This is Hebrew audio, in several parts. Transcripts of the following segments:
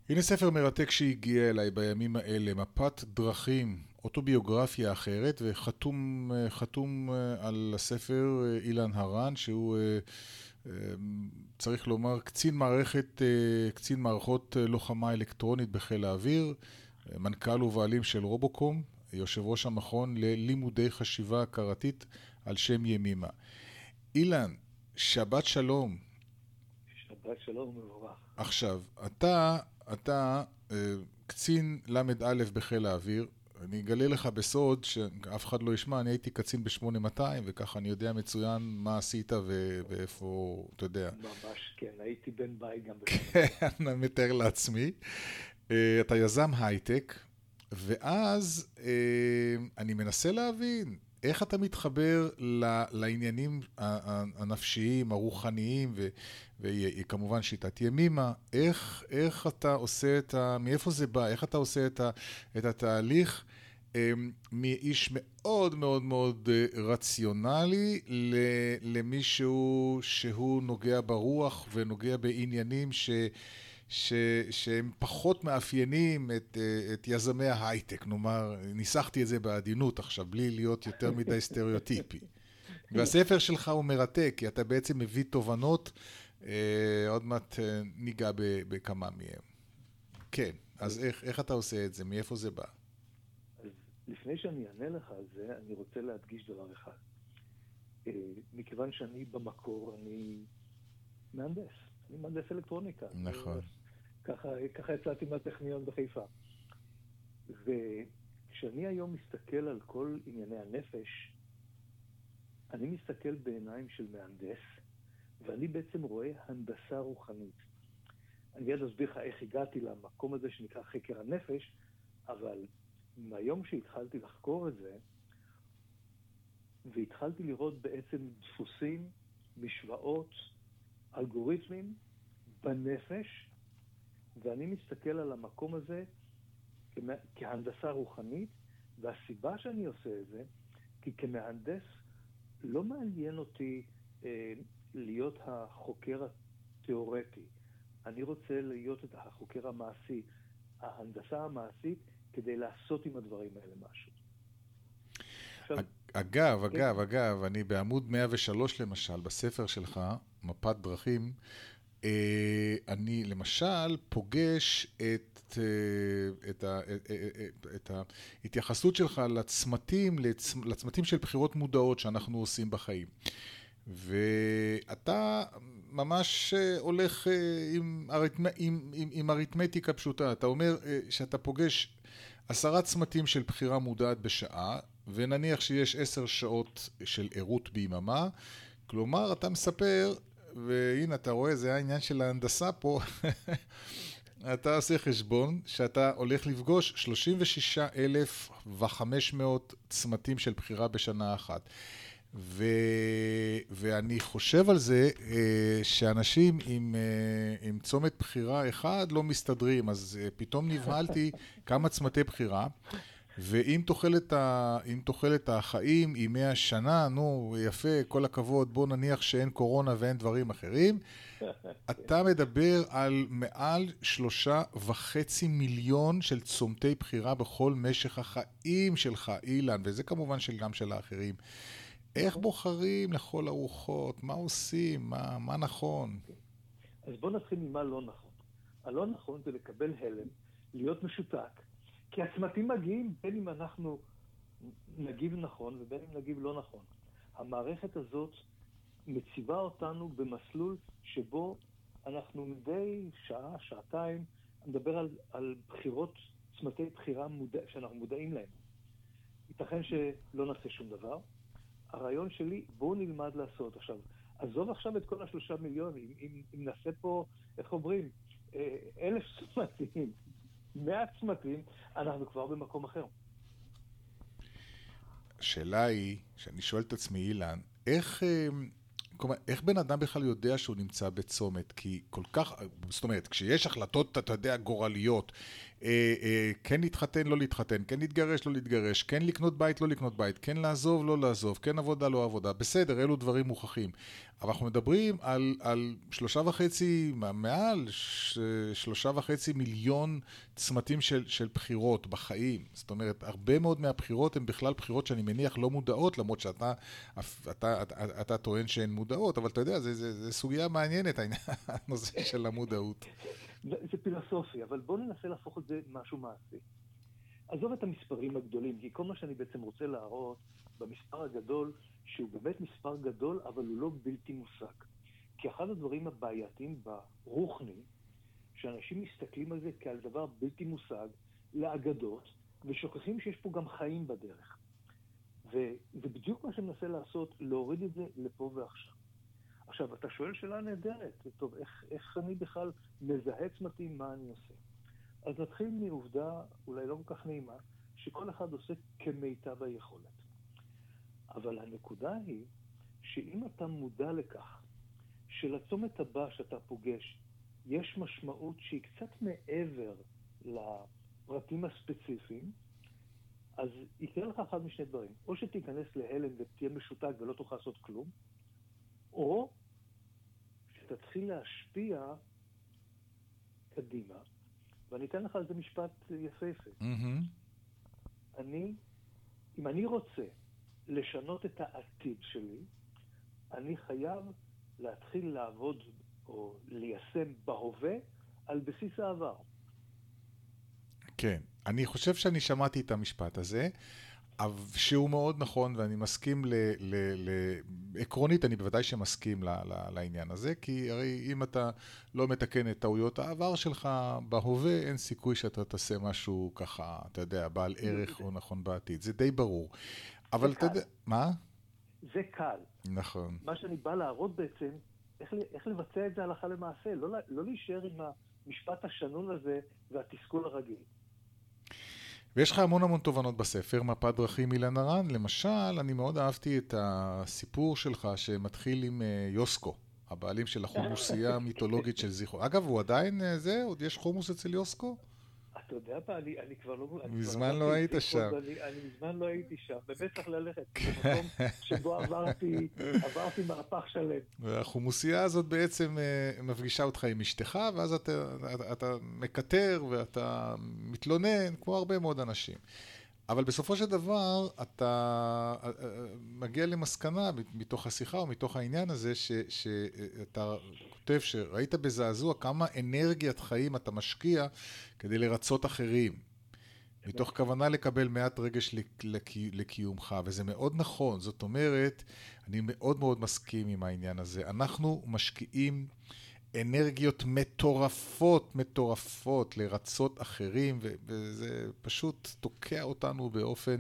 הנה ספר מרתק שהגיע אליי בימים האלה, מפת דרכים, אוטוביוגרפיה אחרת, וחתום על הספר אילן הרן, שהוא אה, צריך לומר קצין מערכות לוחמה אלקטרונית בחיל האוויר, מנכ"ל ובעלים של רובוקום, יושב ראש המכון ללימודי חשיבה הכרתית על שם ימימה. אילן, שבת שלום. שבת שלום ומבורך. עכשיו, אתה קצין למד א' בחיל האוויר. אני אגלה לך בסוד שאף אחד לא ישמע, אני הייתי קצין ב-8200 וככה אני יודע מצוין מה עשית ואיפה, אתה יודע. ממש, כן, הייתי בן בית גם כן, ב-8200. אני מתאר לעצמי. אתה יזם הייטק, ואז אני מנסה להבין איך אתה מתחבר לעניינים הנפשיים, הרוחניים, וכמובן שיטת ימימה, איך אתה עושה מאיפה זה בא, איך אתה עושה את התהליך מאיש מאוד מאוד מאוד רציונלי למישהו שהוא נוגע ברוח ונוגע בעניינים שהם פחות מאפיינים את יזמי ההייטק, נאמר, ניסחתי את זה בעדינות עכשיו, בלי להיות יותר מדי סטריאוטיפי. והספר שלך הוא מרתק, כי אתה בעצם מביא תובנות, עוד מעט ניגע בכמה מהם. כן, אז איך אתה עושה את זה? מאיפה זה בא? אז לפני שאני אענה לך על זה, אני רוצה להדגיש דבר אחד. מכיוון שאני במקור, אני מהנדס. אני מהנדס אלקטרוניקה. נכון. ככה יצאתי מהטכניון בחיפה. וכשאני היום מסתכל על כל ענייני הנפש, אני מסתכל בעיניים של מהנדס, ואני בעצם רואה הנדסה רוחנית. אני מיד אסביר לך איך הגעתי למקום הזה שנקרא חקר הנפש, אבל מהיום שהתחלתי לחקור את זה, והתחלתי לראות בעצם דפוסים, משוואות, אלגוריתמים בנפש, ואני מסתכל על המקום הזה כהנדסה רוחנית, והסיבה שאני עושה את זה, כי כמהנדס לא מעניין אותי להיות החוקר התיאורטי. אני רוצה להיות את החוקר המעשי, ההנדסה המעשית, כדי לעשות עם הדברים האלה משהו. אגב, אני בעמוד 103 למשל, בספר שלך, מפת דרכים, אני למשל פוגש את ההתייחסות שלך לצמתים של בחירות מודעות שאנחנו עושים בחיים. ואתה ממש הולך עם אריתמטיקה פשוטה. אתה אומר שאתה פוגש 10 צמתים של בחירה מודעת בשעה, ונניח שיש 10 שעות של עירות ביממה. כלומר, אתה מספר, והנה אתה רואה, זה העניין של ההנדסה פה, אתה עושה חשבון שאתה הולך לפגוש 36,500 צמתים של בחירה בשנה אחת. ואני חושב על זה שאנשים עם צומת בחירה אחד לא מסתדרים, אז פתאום נבהלתי כמה צמתי בחירה, ואם תוחלת החיים היא 100 שנה, נו יפה, כל הכבוד, בוא נניח שאין קורונה ואין דברים אחרים, אתה מדבר על מעל 3.5 מיליון של צומתי בחירה בכל משך החיים שלך, אילן, וזה כמובן גם של האחרים. איך בוחרים לכל הרוחות? מה עושים? מה נכון? אז בוא נתחיל ממה לא נכון. הלא נכון זה לקבל הלם, להיות משותק, כי הצמתים מגיעים בין אם אנחנו נגיב נכון ובין אם נגיב לא נכון. המערכת הזאת מציבה אותנו במסלול שבו אנחנו מדי שעה, שעתיים, נדבר על בחירות, צמתי בחירה שאנחנו מודעים להם. ייתכן שלא נעשה שום דבר. הרעיון שלי, בואו נלמד לעשות. עכשיו, עזוב עכשיו את כל 3 מיליון, אם נעשה פה, איך אומרים, 1,000 צמתים, 100 צמתים, אנחנו כבר במקום אחר. השאלה היא, שאני שואל את עצמי, אילן, איך בן אדם בכלל יודע שהוא נמצא בצומת? כי כל כך, זאת אומרת, כשיש החלטות, אתה יודע, גורליות, כן להתחתן, לא להתחתן, כן להתגרש, לא להתגרש, כן לקנות בית, לא לקנות בית, כן לעזוב, לא לעזוב, כן עבודה, לא עבודה. בסדר, אלו דברים מוכחים. אבל אנחנו מדברים על 3.5, מעל 3.5 מיליון צמתים של בחירות בחיים. זאת אומרת, הרבה מאוד מהבחירות הן בכלל בחירות שאני מניח לא מודעות, למרות שאתה טוען שהן מודעות, אבל אתה יודע, זה סוגיה מעניינת, הנושא של המודעות. זה פילוסופי, אבל בואו ננסה להפוך את זה משהו מעשי. עזוב את המספרים הגדולים, כי כל מה שאני בעצם רוצה להראות במספר הגדול, שהוא באמת מספר גדול, אבל הוא לא בלתי מושג. כי אחד הדברים הבעייתיים ברוחני, שאנשים מסתכלים על זה כעל דבר בלתי מושג, לאגדות, ושוכחים שיש פה גם חיים בדרך. וזה בדיוק מה שאני מנסה לעשות, להוריד את זה לפה ועכשיו. עכשיו, אתה שואל שאלה נהדרת, טוב, איך אני בכלל מזהה צמתים, מה אני עושה? אז נתחיל מעובדה, אולי לא כל כך נעימה, שכל אחד עושה כמיטב היכולת. אבל הנקודה היא, שאם אתה מודע לכך, שלצומת הבא שאתה פוגש, יש משמעות שהיא קצת מעבר לפרטים הספציפיים, אז יקרה לך אחד משני דברים. או שתיכנס להלם ותהיה משותק ולא תוכל לעשות כלום, או שתתחיל להשפיע קדימה, ואני אתן לך על זה משפט יפהפה. אם אני רוצה לשנות את העתיד שלי, אני חייב להתחיל לעבוד או ליישם בהווה על בסיס העבר. כן, אני חושב שאני שמעתי את המשפט הזה, שהוא מאוד נכון, ואני מסכים עקרונית, אני בוודאי שמסכים לעניין הזה, כי הרי אם אתה לא מתקן את טעויות העבר שלך בהווה, אין סיכוי שאתה תעשה משהו ככה, אתה יודע, בעל ערך או נכון בעתיד. זה די ברור. אבל אתה יודע, מה? זה קל. נכון. מה שאני בא להראות בעצם, איך לבצע את זה הלכה למעשה, לא להישאר עם המשפט השנון הזה והתסכול הרגיל. ויש לך המון תובנות בספר, מפת דרכים אילן ארן. למשל, אני מאוד אהבתי את הסיפור שלך שמתחיל עם יוסקו, הבעלים של החומוסייה המיתולוגית של זיכרון. אגב, הוא עדיין עוד יש חומוס אצל יוסקו? אתה יודע מה, אני כבר לא... מזמן לא היית שם. אני מזמן לא הייתי שם, באמת צריך ללכת. במקום שבו עברתי מהפך שלם. והחומוסייה הזאת בעצם מפגישה אותך עם אשתך, ואז אתה מקטר ואתה מתלונן, כמו הרבה מאוד אנשים. אבל בסופו של דבר, אתה מגיע למסקנה מתוך השיחה או מתוך העניין הזה, שאתה כותב שראית בזעזוע כמה אנרגיית חיים אתה משקיע כדי לרצות אחרים, מתוך כוונה לקבל מעט רגש לקיומך, וזה מאוד נכון. זאת אומרת, אני מאוד מאוד מסכים עם העניין הזה. אנחנו משקיעים אנרגיות מטורפות לרצות אחרים, וזה פשוט תוקע אותנו באופן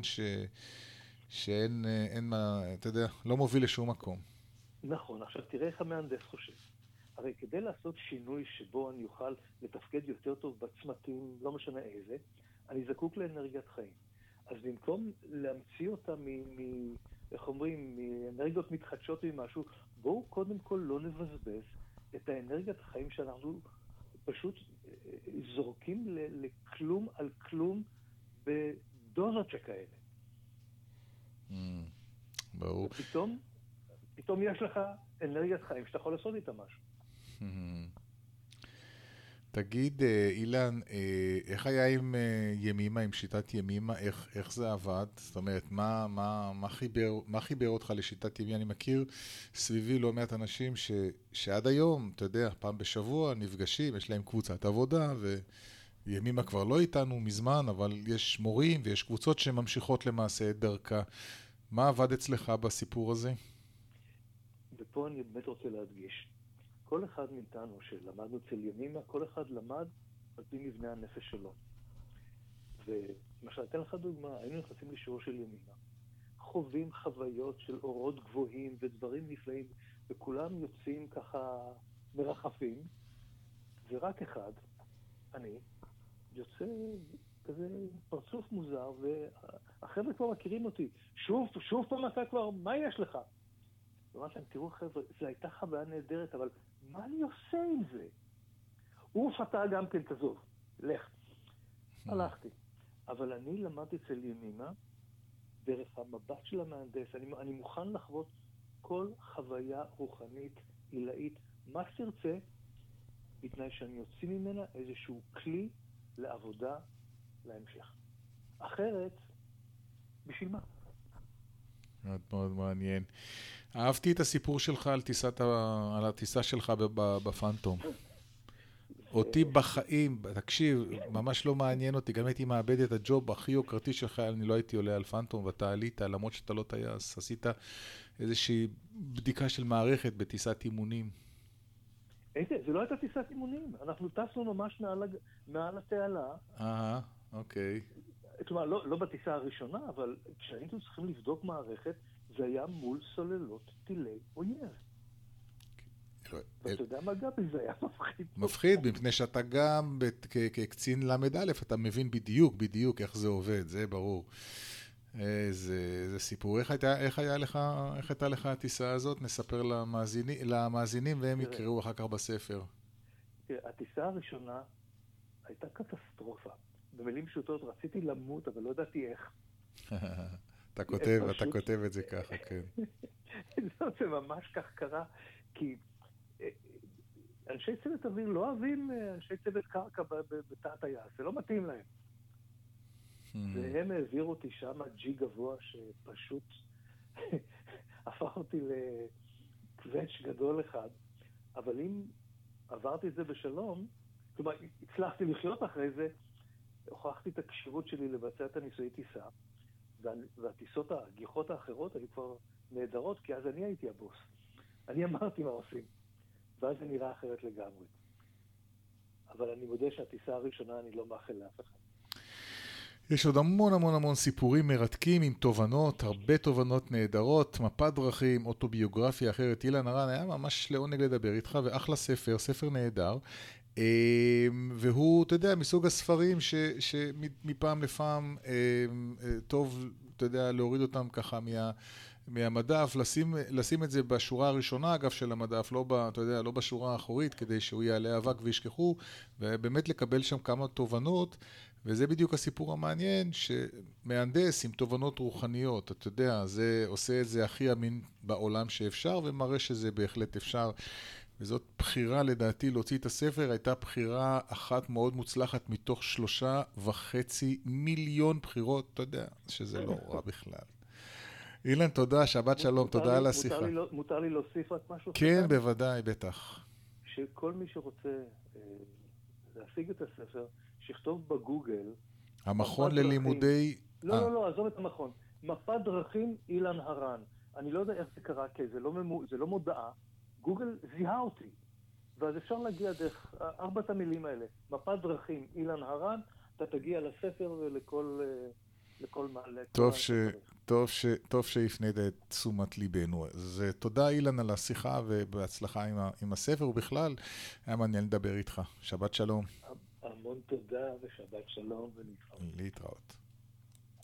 שאין מה, אתה יודע, לא מוביל לשום מקום. נכון, עכשיו תראה איך המהנדס חושב. הרי כדי לעשות שינוי שבו אני אוכל לתפקד יותר טוב בצמתים, לא משנה איזה, אני זקוק לאנרגיית חיים. אז במקום להמציא אותה איך אומרים, מאנרגיות מתחדשות ממשהו, בואו קודם כל לא נבזבז את האנרגיית החיים שאנחנו פשוט זורקים לכלום על כלום בדוזות שכאלה. ברור. פתאום יש לך אנרגיית חיים שאתה יכול לעשות איתה משהו. תגיד, אילן, איך היה עם ימימה, עם שיטת ימימה? איך זה עבד? זאת אומרת, מה חיבר אותך לשיטת ימימה? אני מכיר סביבי לא מעט אנשים שעד היום, אתה יודע, פעם בשבוע נפגשים, יש להם קבוצת עבודה, וימימה כבר לא איתנו מזמן, אבל יש מורים ויש קבוצות שממשיכות למעשה את דרכה. מה עבד אצלך בסיפור הזה? ופה אני באמת רוצה להדגיש. כל אחד מאיתנו שלמדנו אצל ימימה, כל אחד למד על פי מבנה הנפש שלו. ולמשל, אתן לך דוגמה, היינו נכנסים לשיעור של ימימה, חווים חוויות של אורות גבוהים ודברים נפלאים, וכולם יוצאים ככה מרחפים, ורק אחד, אני, יוצא כזה פרצוף מוזר, והחבר'ה כבר מכירים אותי. שוב פעם אתה כבר, מה יש לך? ואמרתי להם, תראו חבר'ה, זו הייתה חוויה נהדרת, אבל מה אני עושה עם זה? אתה גם כן תזוב, לך. הלכתי. אבל אני למדתי אצל ימינה, דרך המבט של המהנדס. אני מוכן לחוות כל חוויה רוחנית, עילאית, מה שתרצה, בתנאי שאני יוצא ממנה איזשהו כלי לעבודה להמשך. אחרת, בשביל מה? מאוד מאוד מעניין. אהבתי את הסיפור שלך על הטיסה שלך בפנטום. אותי בחיים, תקשיב, ממש לא מעניין אותי, גם הייתי מאבד את הג'וב הכי יוקרתי שלך, אני לא הייתי עולה על פנטום, ואתה עלית, למרות שאתה לא טייס, עשית איזושהי בדיקה של מערכת בטיסת אימונים. זה לא הייתה טיסת אימונים, אנחנו טסנו ממש מעל התעלה. אוקיי. כלומר, לא בטיסה הראשונה, אבל כשהיינו צריכים לבדוק מערכת, זה היה מול סוללות טילי אויב. ואתה יודע מה גבי, זה היה מפחיד. מפחיד, מפני שאתה גם כקצין למד א', אתה מבין בדיוק איך זה עובד, זה ברור. זה סיפור. איך הייתה לך הטיסה הזאת? נספר למאזינים והם יקראו אחר כך בספר. הטיסה הראשונה הייתה קטסטרופה. במילים פשוטות, רציתי למות, אבל לא ידעתי איך. אתה כותב את זה ככה, כן. זה ממש כך קרה, כי אנשי צוות אוויר לא אוהבים אנשי צוות קרקע בתא הטייס, זה לא מתאים להם. והם העבירו אותי שם ג'י גבוה שפשוט הפך אותי לקווץ' גדול אחד, אבל אם עברתי את זה בשלום, כלומר, הצלחתי לחיות אחרי זה, הוכחתי את הקשירות שלי לבצע את הניסויי טיסה, והטיסות, הגיחות האחרות היו כבר נהדרות, כי אז אני הייתי הבוס. אני אמרתי מה עושים, ואז זה נראה אחרת לגמרי. אבל אני מודה שהטיסה הראשונה אני לא מאחל לאף אחד. יש עוד המון סיפורים מרתקים עם תובנות, הרבה תובנות נהדרות, מפת דרכים, אוטוביוגרפיה אחרת. אילן הרן, היה ממש לעונג לדבר איתך, ואחלה ספר נהדר. והוא, אתה יודע, מסוג הספרים שמפעם לפעם טוב, אתה יודע, להוריד אותם ככה מהמדף, לשים את זה בשורה הראשונה, אגב, של המדף, אתה יודע, לא בשורה האחורית, כדי שהוא יעלה אבק וישכחו, ובאמת לקבל שם כמה תובנות, וזה בדיוק הסיפור המעניין, שמהנדס עם תובנות רוחניות, אתה יודע, זה עושה את זה הכי אמין בעולם שאפשר, ומראה שזה בהחלט אפשר. וזאת בחירה לדעתי להוציא את הספר, הייתה בחירה אחת מאוד מוצלחת מתוך 3.5 מיליון בחירות, אתה יודע, שזה לא רע בכלל. אילן, תודה, שבת שלום, תודה על השיחה. מותר לי להוסיף רק משהו? כן, בוודאי, בטח. שכל מי שרוצה להשיג את הספר, שיכתוב בגוגל. המכון ללימודי... לא, עזוב את המכון. מפת דרכים אילן הרן. אני לא יודע איך זה קרה, כי זה לא מודעה. גוגל זיהה אותי. ואז אפשר להגיע דרך 4 המילים האלה. מפת דרכים אילן הרן, אתה תגיע לספר ולכל מעלה. טוב שהפנית את תשומת ליבנו. אז תודה אילן על השיחה ובהצלחה עם הספר, ובכלל היה מעניין לדבר איתך. שבת שלום. המון תודה ושבת שלום ולהתראות. להתראות.